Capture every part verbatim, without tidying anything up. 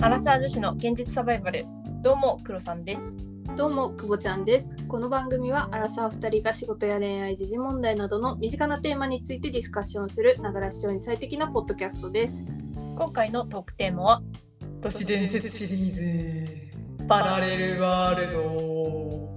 アラサー女子の現実サバイバル。どうもクロさんです。 どうもくぼちゃんです。この番組はアラサーふたりが仕事や恋愛、時事問題などの身近なテーマについてディスカッションするながら視聴に最適なポッドキャストです。 今回のトークテーマは都市伝説シリーズパラレルワールド。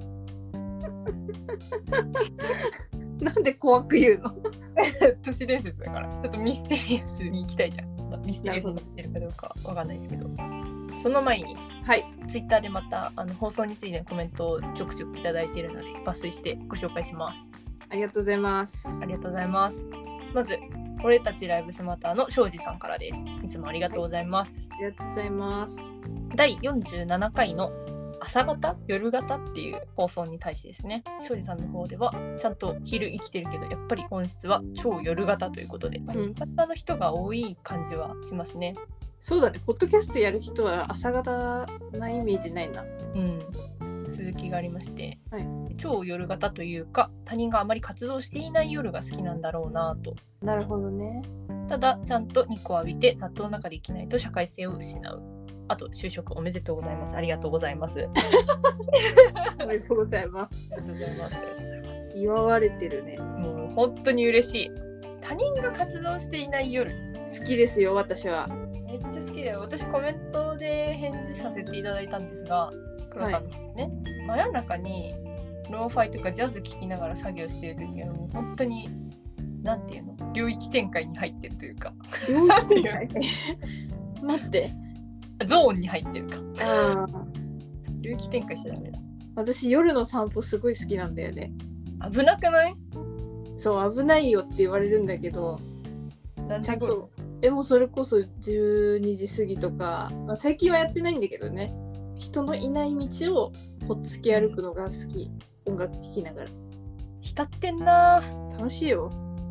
なんで怖く言うの？ 都市伝説だからちょっとミステリアスに行きたいじゃん。ミステリアスになってるかどうかわかんないですけど、その前に、はい、ツイッターでまたあの放送についてのコメントをちょくちょくいただいているので抜粋してご紹介します。 ありがとうございます。 ありがとうございます。まず俺たちライブスマターの庄司さんからです。いつもありがとうございます。はい、 ありがとうございます。 だいよんじゅうななかいの朝方夜型っていう放送に対してですね、庄司さんの方ではちゃんと昼生きてるけどやっぱり本質は超夜型ということで、夜型の人が多い感じはしますね。 そうだね、ポッドキャストやる人は朝方なイメージないな。 うん、続きがありまして、 はい、 超夜型というか他人があまり活動していない夜が好きなんだろうなと。 なるほどね。 ただちゃんと日光浴びて雑踏の中で生きないと社会性を失う。あと就職おめでとうございます。ありがとうございます。 おめでとうございます。 ありがとうございます。 祝われてるね。 もう本当に嬉しい。他人が活動していない夜好きですよ。私はめっちゃ好きだよ。私コメントで返事させていただいたんですが、黒さんのね、はい、真夜中にローファイとかジャズ聴きながら作業している時はもう本当になんていうの、領域展開に入ってるというか、 領域展開待ってゾーンに入ってるか。 あ領域展開しちゃダメだ。 私夜の散歩すごい好きなんだよね。 危なくない？ そう危ないよって言われるんだけど、 何時頃？ えもうそれこそじゅうにじ過ぎとか、まあ、最近はやってないんだけどね、人のいない道をほっつき歩くのが好き。音楽聴きながら浸ってんな。 楽しいよ。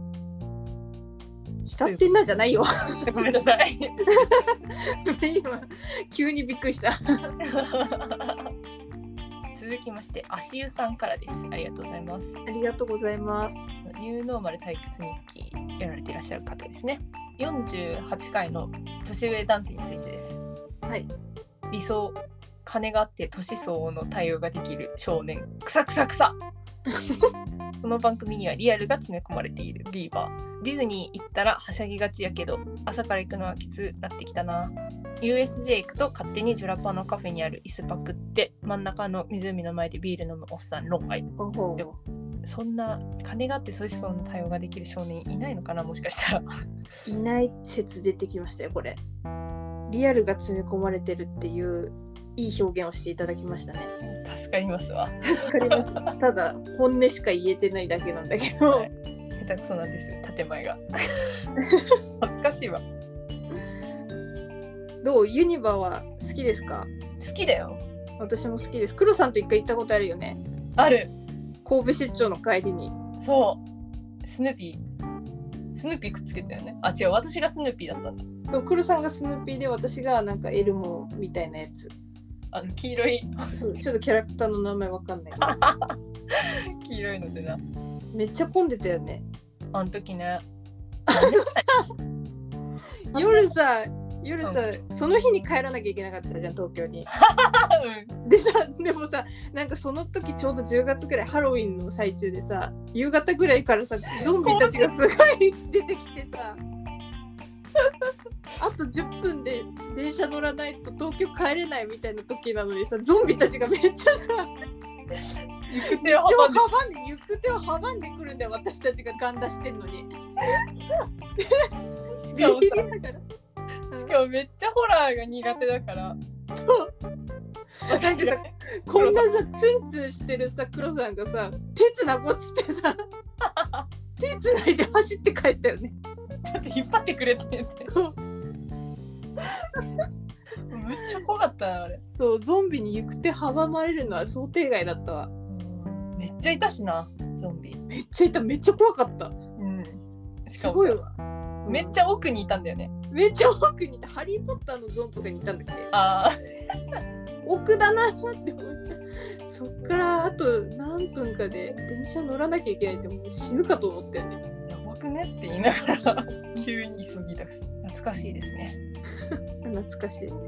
浸ってんなじゃないよ。 ごめんなさい。 今急にびっくりした。 続きまして足湯さんからです。ありがとうございます。 ありがとうございます。 ニューノーマル退屈日記やられていらっしゃる方ですね。よんじゅうはちかいの年上男性についてです。 はい。 理想、金があって年相応の対応ができる少年、くさくさくさ。この番組にはリアルが詰め込まれているビーバー。ディズニー行ったらはしゃぎがちやけど朝から行くのはきつなってきたな。 ユーエスジェー 行くと勝手にジュラパのカフェにある椅子パクって真ん中の湖の前でビール飲むおっさん論外。そんな金があって年相応の対応ができる少年いないのかな、もしかしたら。 いない説出てきましたよ。これリアルが詰め込まれてるっていういい表現をしていただきましたね。 助かりますわ。 助かります。ただ本音しか言えてないだけなんだけど、はい、 下手くそなんです建前が。恥ずかしいわ。 どう？ユニバは好きですか？ 好きだよ。 私も好きです。黒さんと一回行ったことあるよね。 ある。 神戸出張の帰りに。 そうスヌーピースヌーピーくっつけたよね。あ違う、私がスヌーピーだったんだ。 と黒さんがスヌーピーで私がなんかエルモみたいなやつ。 あの黄色いそうちょっとキャラクターの名前わかんない。 黄色いのでな。 めっちゃ混んでたよね。 あの時ね。 夜さ夜さ、うん、その日に帰らなきゃいけなかったじゃん東京に。でさでもさなんかその時ちょうどじゅうがつぐらいハロウィンの最中でさ夕方ぐらいからさゾンビたちがすごい出てきてさあとじゅっぷんで電車乗らないと東京帰れないみたいな時なのにさゾンビたちがめっちゃさ行く手を阻んで行く手を阻んでくるんだよ。私たちがガン出してんのに。 しかもさしかもめっちゃホラーが苦手だからそうなんかさこんなさツンツンしてるさ黒さんがさ手つなごっつってさ手つないで走って帰ったよね。 ちょっと引っ張ってくれてね。 そうめっちゃ怖かったなあれ。 そうゾンビに行く手阻まれるのは想定外だったわ。 めっちゃいたしなゾンビ。 めっちゃいた。めっちゃ怖かった。 うんしかもすごいわ。 めっちゃ奥にいたんだよね。 めっちゃ奥にいた。ハリーポッターのゾーンとかにいたんだっけ。 あ奥だなって思った。そっからあと何分かで電車乗らなきゃいけないってもう死ぬかと思ったよね。 やばくねって言いながら急に急ぎ出す。懐かしいですね。 懐かしい。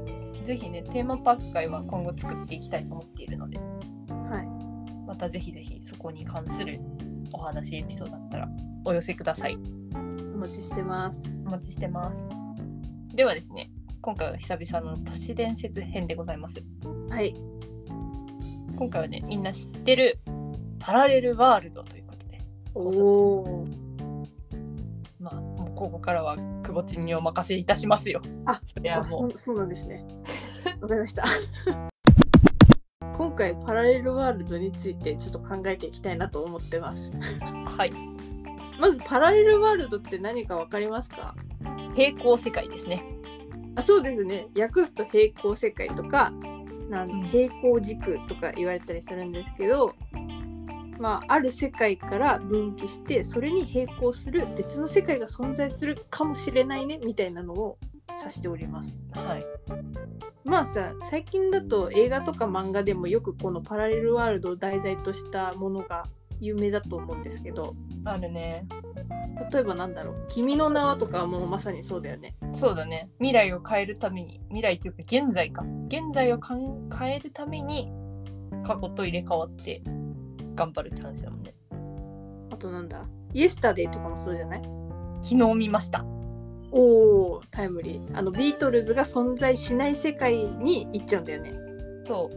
ぜひねテーマパーク会は今後作っていきたいと思っているので、 はい、 またぜひぜひそこに関するお話エピソードだったらお寄せください。 お待ちしてます。 お待ちしてます。ではですね、今回は久々の都市伝説編でございます。 はい。 今回はね、みんな知ってるパラレルワールドということで。 おお。 まあ、もうここからはくぼちんにお任せいたしますよ。 あ、 それはもう。 そ、そうなんですね。わかりました。今回パラレルワールドについてちょっと考えていきたいなと思ってます。 はい。 まずパラレルワールドって何かわかりますか？ 平行世界ですね。 あ、そうですね。訳すと平行世界とかなん平行軸とか言われたりするんですけど、まあ、ある世界から分岐してそれに並行する別の世界が存在するかもしれないねみたいなのを指しております。 はい。 まあさ、最近だと映画とか漫画でもよくこのパラレルワールドを題材としたものが有名だと思うんですけど、 あるね。 例えばなんだろう、君の名はとかはもうまさにそうだよね。 そうだね。未来を変えるために、未来というか現在か。現在を変えるために過去と入れ替わって頑張るって話だもんね。 あとなんだ、イエスタデイとかもそうじゃない？ 昨日見ました。 おー、タイムリー。あのビートルズが存在しない世界に行っちゃうんだよね。 そう。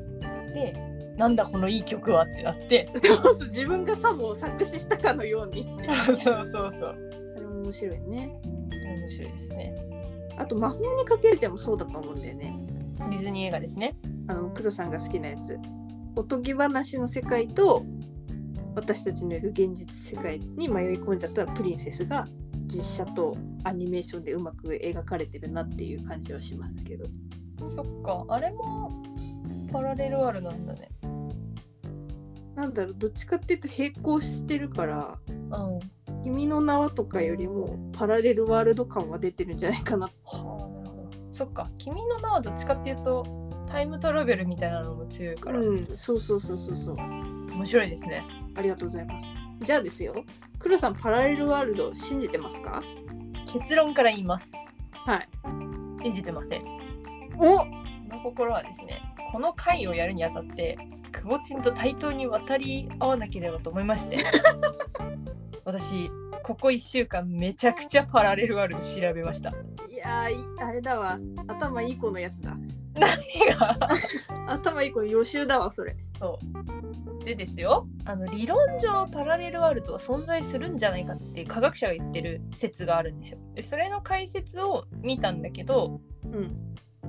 で、なんだこのいい曲はってなってそうそう、自分がさも作詞したかのようにそうそうそうそう。 あれも面白いね。 面白いですね。 あと魔法にかけるてもそうだと思うんだよね。 ディズニー映画ですね。 あの黒さんが好きなやつ、おとぎ話の世界と私たちのいる現実世界に迷い込んじゃったプリンセスが実写とアニメーションでうまく描かれてるなっていう感じはしますけど。 そっか、あれもパラレルワールドなんだね。 なんだろう、どっちかっていうと並行してるから、 うん、 君の名はとかよりもパラレルワールド感は出てるんじゃないかな。 はあ、なるほど。そっか、君の名はどっちかっていうとタイムトラベルみたいなのも強いから。 うん、そうそうそうそうそう。 面白いですね。 ありがとうございます。じゃあですよ、黒さんパラレルワールド信じてますか？ 結論から言います。 はい。 信じてません。 お、 この心はですね、この回をやるにあたってくぼちんと対等に渡り合わなければと思いまして私ここいっしゅうかんめちゃくちゃパラレルワールド調べました。 いやー、あれだわ、頭いい子のやつだ。 何が頭いい子の予習だわそれ。 そうでですよ、あの理論上パラレルワールドは存在するんじゃないかって科学者が言ってる説があるんですよ。でそれの解説を見たんだけど、 うん、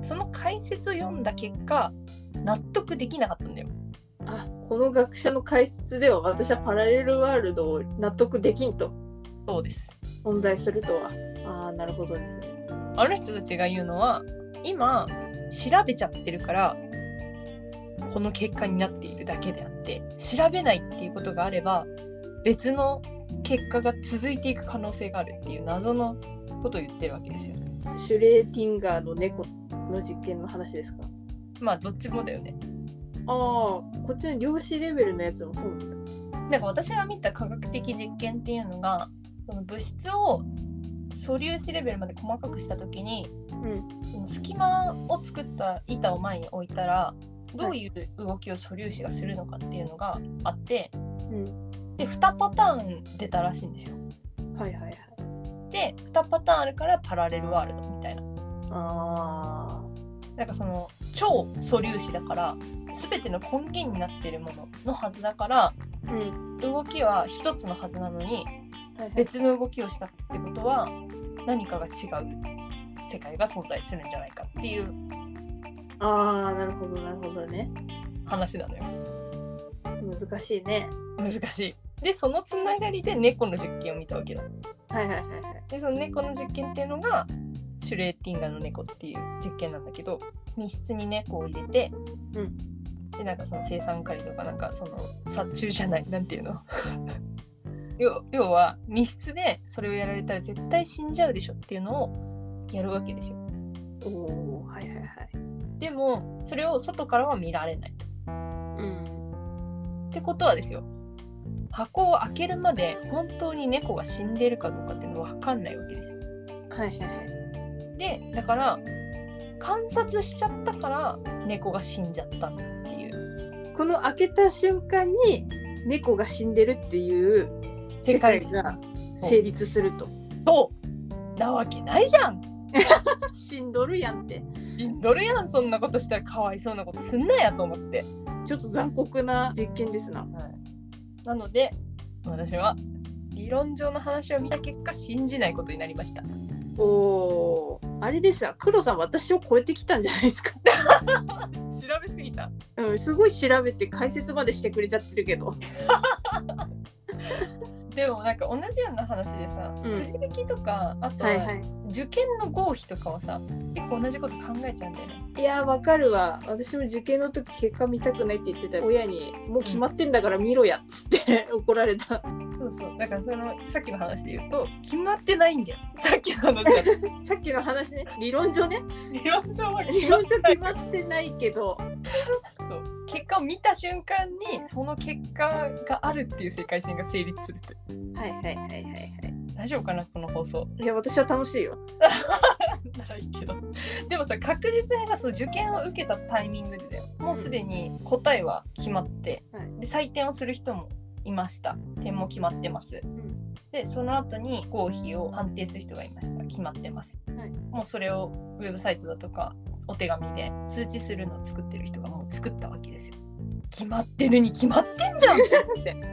その解説を読んだ結果納得できなかったんだよ。 あ、この学者の解説では私はパラレルワールドを納得できんと。 そうです。 存在するとは。ああ、なるほどですね。 あの人たちが言うのは今調べちゃってるからこの結果になっているだけであって、調べないっていうことがあれば別の結果が続いていく可能性があるっていう謎のことを言ってるわけですよ。 シュレーティンガーの猫の実験の話ですか？ まあどっちもだよね。 ああ、こっちの量子レベルのやつもそうなんだ。 なんか私が見た科学的実験っていうのが、その物質を素粒子レベルまで細かくしたときに、うん、その隙間を作った板を前に置いたらどういう動きを素粒子がするのかっていうのがあって、うん、でにパターン出たらしいんですよ。 はいはいはい。 でにパターンあるからパラレルワールドみたいな。 あーなんかその超素粒子だから全ての根源になっているもののはずだから、うん、動きは一つのはずなのに、はいはい、別の動きをしたってことは何かが違う世界が存在するんじゃないかっていう。 あー、なるほどなるほどね。 話なのよ。 難しいね。 難しい。でそのつながりで猫の実験を見たわけだ。 はいはいはいはい。 でその猫の実験っていうのがシュレーティンガーの猫っていう実験なんだけど、密室に猫を入れて、うん、でなんかその生産狩りとかなんかその殺虫じゃないなんていうの要, 要は密室でそれをやられたら絶対死んじゃうでしょっていうのをやるわけですよ。 おー、はいはいはい。 でもそれを外からは見られない、うん、ってことはですよ、箱を開けるまで本当に猫が死んでいるかどうかっていうのは分かんないわけですよ。 はいはいはい。 でだから観察しちゃったから猫が死んじゃったっていう。 この開けた瞬間に猫が死んでるっていう世界が成立すると。 そうなわけないじゃん。 死んどるやんって。 死んどるやん、そんなことしたらかわいそうなことすんなやと思って。 ちょっと残酷な実験ですな、はい、 なので私は理論上の話を見た結果信じないことになりました。 おー、あれですよ、黒さん私を超えてきたんじゃないですか。 調べすぎた。 うん、すごい調べて解説までしてくれちゃってるけど。 でもなんか同じような話でさ、 うん、 くじ引きとかあとは受験の合否とかはさ、結構同じこと考えちゃうんだよね。 いやわかるわ。私も受験の時結果見たくないって言ってた親にもう決まってんだから見ろやっつって怒られた。 そうそう、だからそのさっきの話で言うと決まってないんだよ。さっきの話ださっきの話ね、理論上ね、 理論上は決まってない決まってないけどそう結果を見た瞬間にその結果があるっていう世界線が成立すると。 はいはいはいはいはい。 大丈夫かなこの放送。 いや私は楽しいよ。 ならいいけど。でもさ、確実にさ、その受験を受けたタイミングでだよ、もうすでに答えは決まって、うん、で採点をする人もいました。点も決まってます、うん、でその後に合否を判定する人がいました。決まってます、はい、もうそれをウェブサイトだとかお手紙で通知するのを作ってる人がもう作ったわけですよ。決まってるに決まってんじゃんって思って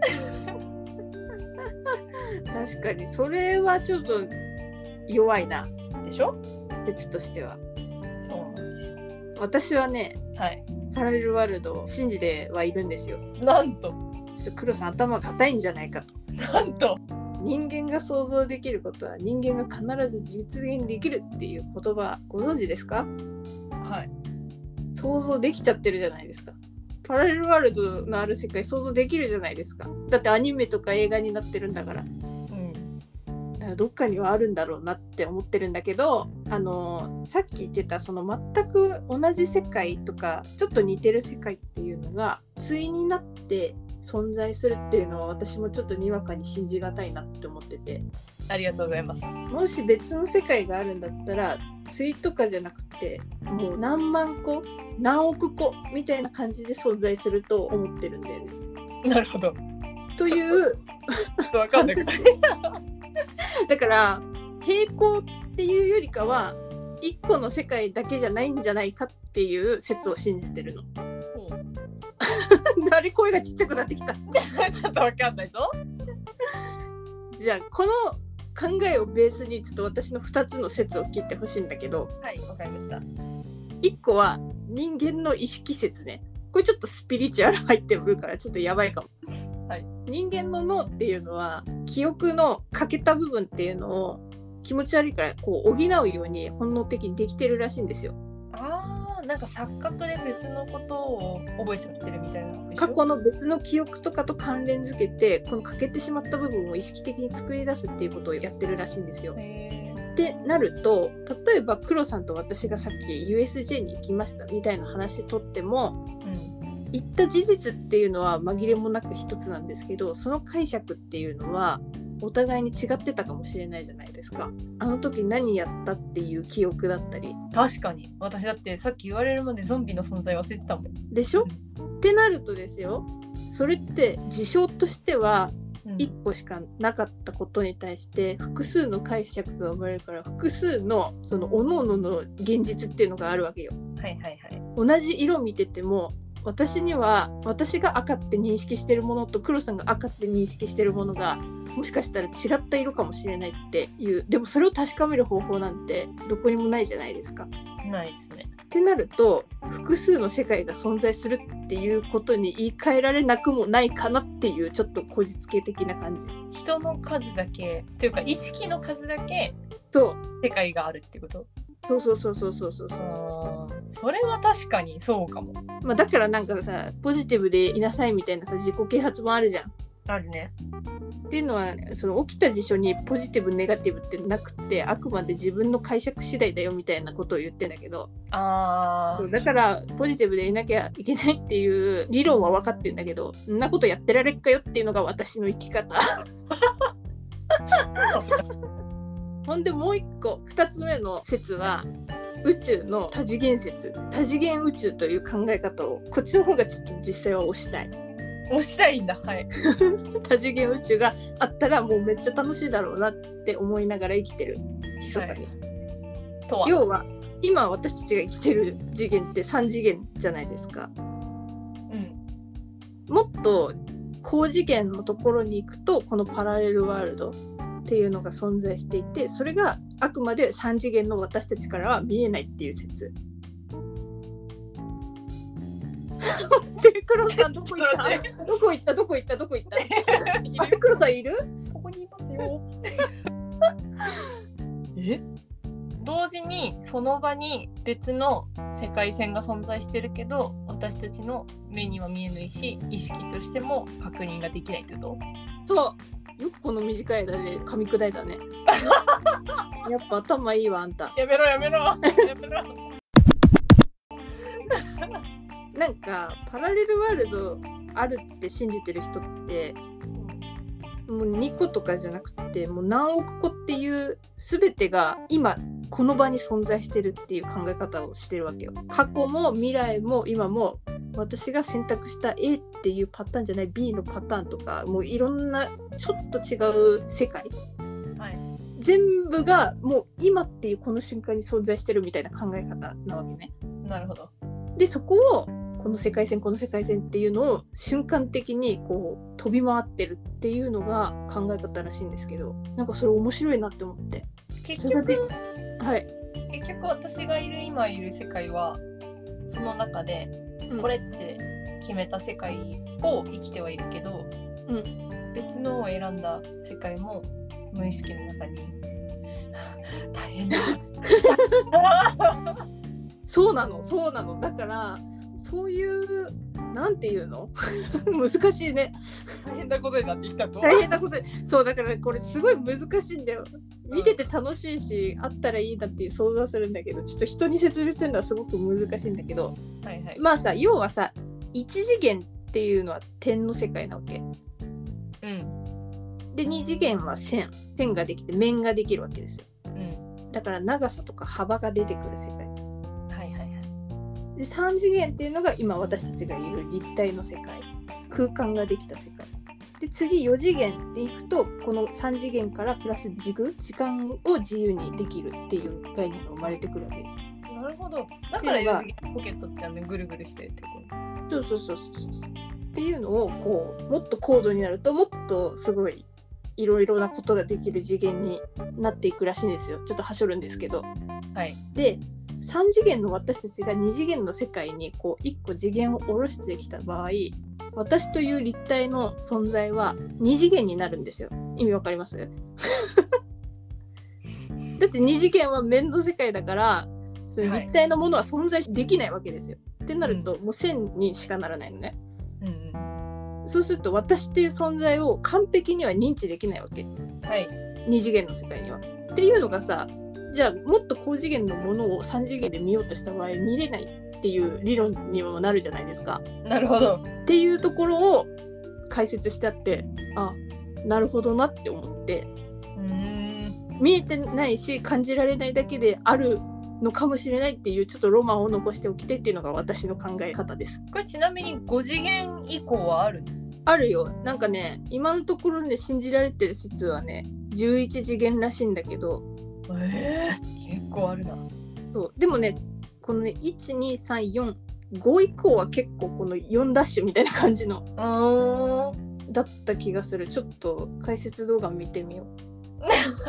確かにそれはちょっと弱いな。 でしょ、 説としては。 そうなんですよ。 私はね、 はい、 パラレルワールドを信じてはいるんですよ。 なんとちょっと黒さん頭固いんじゃないかと。 なんと人間が想像できることは人間が必ず実現できるっていう言葉ご存知ですか？ はい。 想像できちゃってるじゃないですか。パラレルワールドのある世界想像できるじゃないですか。だってアニメとか映画になってるんだから。どっかにはあるんだろうなって思ってるんだけど、あのさっき言ってたその全く同じ世界とかちょっと似てる世界っていうのが対になって存在するっていうのは私もちょっとにわかに信じがたいなって思ってて。 ありがとうございます。 もし別の世界があるんだったら対とかじゃなくてもう何万個何億個みたいな感じで存在すると思ってるんだよね。 なるほど。 というちょっとわかんないだから平行っていうよりかはいっこの世界だけじゃないんじゃないかっていう説を信じてるの。誰声がちっちゃくなってきた。 ちょっとわかんないぞ。 じゃあこの考えをベースにちょっと私のふたつの説を聞いてほしいんだけど。 はい、わかりました。 いっこは人間の意識説ね。これちょっとスピリチュアル入ってるからちょっとやばいかも。はい、人間の脳っていうのは記憶の欠けた部分っていうのを気持ち悪いからこう補うように本能的にできてるらしいんですよ。 あー、なんか錯覚で別のことを覚えちゃってるみたいなのでしょ。 過去の別の記憶とかと関連づけてこの欠けてしまった部分を意識的に作り出すっていうことをやってるらしいんですよ。へー。ってなると例えば黒さんと私がさっき ユーエスジェー に行きましたみたいな話でとっても、うん言った事実っていうのは紛れもなく一つなんですけどその解釈っていうのはお互いに違ってたかもしれないじゃないですか。あの時何やったっていう記憶だったり。 確かに私だってさっき言われるまでゾンビの存在忘れてたもん。 でしょ、うん、ってなるとですよそれって事象としてはいっこしかなかったことに対して複数の解釈が生まれるから複数のその各々の現実っていうのがあるわけよ。 はいはいはい。 同じ色見てても私には私が赤って認識してるものと黒さんが赤って認識してるものがもしかしたら違った色かもしれないっていう。でもそれを確かめる方法なんてどこにもないじゃないですか。 ないですね。 ってなると複数の世界が存在するっていうことに言い換えられなくもないかなっていうちょっとこじつけ的な感じ。 人の数だけというか意識の数だけそう世界があるってこと。 そうそうそうそうそうそう。 あそれは確かにそうかも。 まあ、だからなんかさポジティブでいなさいみたいなさ自己啓発もあるじゃん。 あるね。 っていうのはその起きた事象にポジティブネガティブってなくてあくまで自分の解釈次第だよみたいなことを言ってんだけどあそうだからポジティブでいなきゃいけないっていう理論は分かってるんだけどそんなことやってられっかよっていうのが私の生き方ほんでもう一個ふたつめの説は宇宙の多次元説、多次元宇宙という考え方をこっちの方がちょっと実際は推したい。 推したいんだ。はい。 多次元宇宙があったらもうめっちゃ楽しいだろうなって思いながら生きてる密かに、はい、 とは要は今私たちが生きてる次元ってさん次元じゃないですか。うん。もっと高次元のところに行くとこのパラレルワールドっていうのが存在していて、それがあくまでさん次元の私たちからは見えないっていう説。で、黒さんどこ行ったどこ行ったどこ行ったどこ行ったあ、黒さんいる？ ここにいますよ。え？同時にその場に別の世界線が存在してるけど私たちの目には見えないし意識としても確認ができないってこと？ そう、よくこの短い間で噛み砕いたね。やっぱ頭いいわあんた。 やめろやめろやめろ。 なんかパラレルワールドあるって信じてる人ってもうにことかじゃなくてもう何億個っていう全てが今この場に存在してるっていう考え方をしてるわけよ。過去も未来も今も私が選択した A っていうパターンじゃない B のパターンとかもういろんなちょっと違う世界、はい、全部がもう今っていうこの瞬間に存在してるみたいな考え方なわけね。 なるほど。 でそこをこの世界線この世界線っていうのを瞬間的にこう飛び回ってるっていうのが考え方らしいんですけど、なんかそれ面白いなって思って。 結局、 はい、 結局私がいる今いる世界はその中で、うん、これって決めた世界を生きてはいるけど、うん、別のを選んだ世界も無意識の中に大変だそうなのそうなのだからそういうなんていうの難しいね。 大変なことになってきたぞ。 大変なことにそうだからこれすごい難しいんだよ。見てて楽しいし、うん、あったらいいなっていう想像するんだけどちょっと人に説明するのはすごく難しいんだけど、はいはい、まあさ要はさ一次元っていうのは点の世界なわけ。うん。で二次元は線線ができて面ができるわけですよ。うん。だから長さとか幅が出てくる世界。でさん次元っていうのが今私たちがいる立体の世界、空間ができた世界で次よ次元でいくとこのさん次元からプラス軸時間を自由にできるっていう概念が生まれてくるわけ。 なるほど。だからよ次元ポケットってあのぐるぐるしてるってこと。 そうそうそうそうそうっていうのをこうもっと高度になるともっとすごいいろいろなことができる次元になっていくらしいんですよ。ちょっとはしょるんですけど、はい、でさん次元の私たちがに次元の世界にこういっこ次元を下ろしてきた場合、私という立体の存在はに次元になるんですよ。意味わかりますだってに次元は面の世界だからその立体のものは存在できないわけですよ、はい、ってなると、うん、もう線にしかならないのね、うんうん、そうすると私っていう存在を完璧には認知できないわけ、はい、に次元の世界にはっていうのがさ、じゃあもっと高次元のものをさん次元で見ようとした場合見れないっていう理論にもなるじゃないですか。 なるほど。 っていうところを解説してあって、あ、なるほどなって思って、うーん見えてないし感じられないだけであるのかもしれないっていうちょっとロマンを残しておきたいっていうのが私の考え方です。 これちなみにご次元以降はある？ あるよ。なんかね今のところね信じられてる説はねじゅういち次元らしいんだけど、 えー、結構あるな。 そうでもねこのねいちにさんよんご以降は結構このよんダッシュみたいな感じのあだった気がする。ちょっと解説動画見てみよう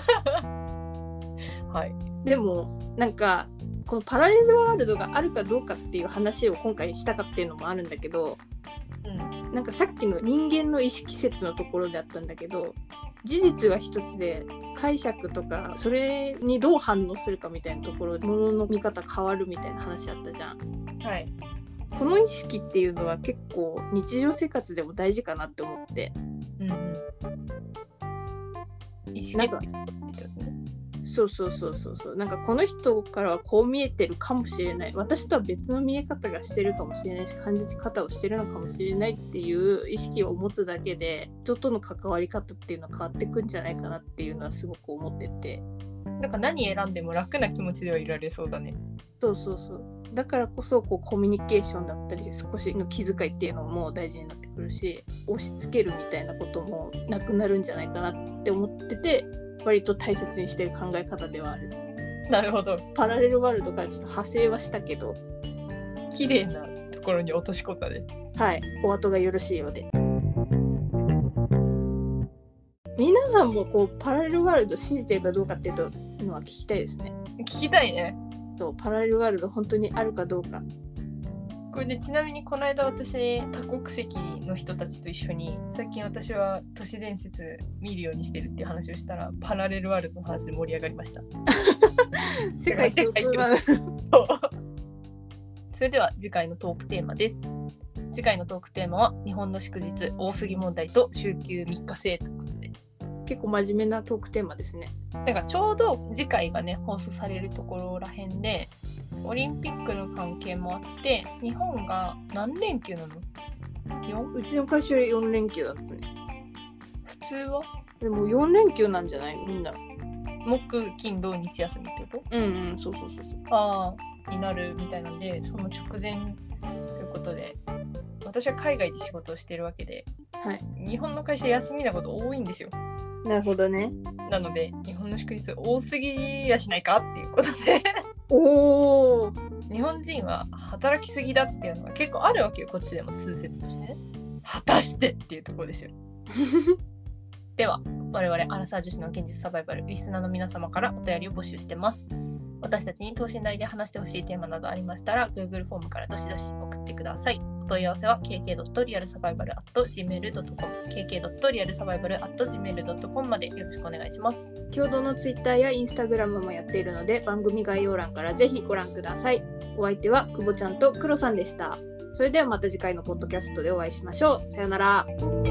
はいでもなんかこのパラレルワールドがあるかどうかっていう話を今回したかっていうのもあるんだけど、うん、なんかさっきの人間の意識説のところであったんだけど、事実は一つで解釈とかそれにどう反応するかみたいなところで物の見方変わるみたいな話あったじゃん。はい。この意識っていうのは結構日常生活でも大事かなって思って。うん。意識ってそうそうそうそうそう。なんかこの人からはこう見えてるかもしれない。私とは別の見え方がしてるかもしれないし、感じ方をしてるのかもしれないっていう意識を持つだけで、人との関わり方っていうのは変わってくんじゃないかなっていうのはすごく思ってて。 なんか何選んでも楽な気持ちではいられそうだね。 そうそうそう。だからこそこうコミュニケーションだったり少しの気遣いっていうのも大事になってくるし、押し付けるみたいなこともなくなるんじゃないかなって思ってて、割と大切にしてる考え方ではある。 なるほど。 パラレルワールドからちょっと派生はしたけど、 綺麗なところに落とし込んだね。 はい、お後がよろしいようで。皆さんもこうパラレルワールド信じてるかどうかっていうのは聞きたいですね。 聞きたいね。 そうパラレルワールド本当にあるかどうか。 これでちなみにこの間私多国籍の人たちと一緒に最近私は都市伝説見るようにしてるっていう話をしたらパラレルワールドの話で盛り上がりました。 世界共通なそれでは次回のトークテーマです。次回のトークテーマは日本の祝日多すぎ問題と週休みっか制ということで、 結構真面目なトークテーマですね。 だからちょうど次回がね放送されるところらへんでオリンピックの関係もあって日本が何連休なの？ よん？ うちの会社よりよん連休だったね。 普通は？ でもよん連休なんじゃないみんな。 木金土日休みってこと？ うんうんそうそうそうそう。 ああになるみたいなのでその直前ということで私は海外で仕事をしているわけで、 はい、 日本の会社休みなこと多いんですよ。 なるほどね。 なので日本の祝日多すぎやしないかっていうことでおお。 日本人は働きすぎだっていうのが結構あるわけよ。こっちでも通説としてね。果たしてっていうところですよ。では我々アラサー女子の現実サバイバルリスナーの皆様からお便りを募集してます。私たちに等身大で話してほしいテーマなどありましたら Google フォームからどしどし送ってください。お問い合わせは ケーケードットリアルサバイバルアットジーメールドットコム ケーケードットリアルサバイバルアットジーメールドットコム までよろしくお願いします。 共同の Twitter や Instagram もやっているので番組概要欄からぜひご覧ください。お相手は久保ちゃんとクロさんでした。それではまた次回のポッドキャストでお会いしましょう。さよなら。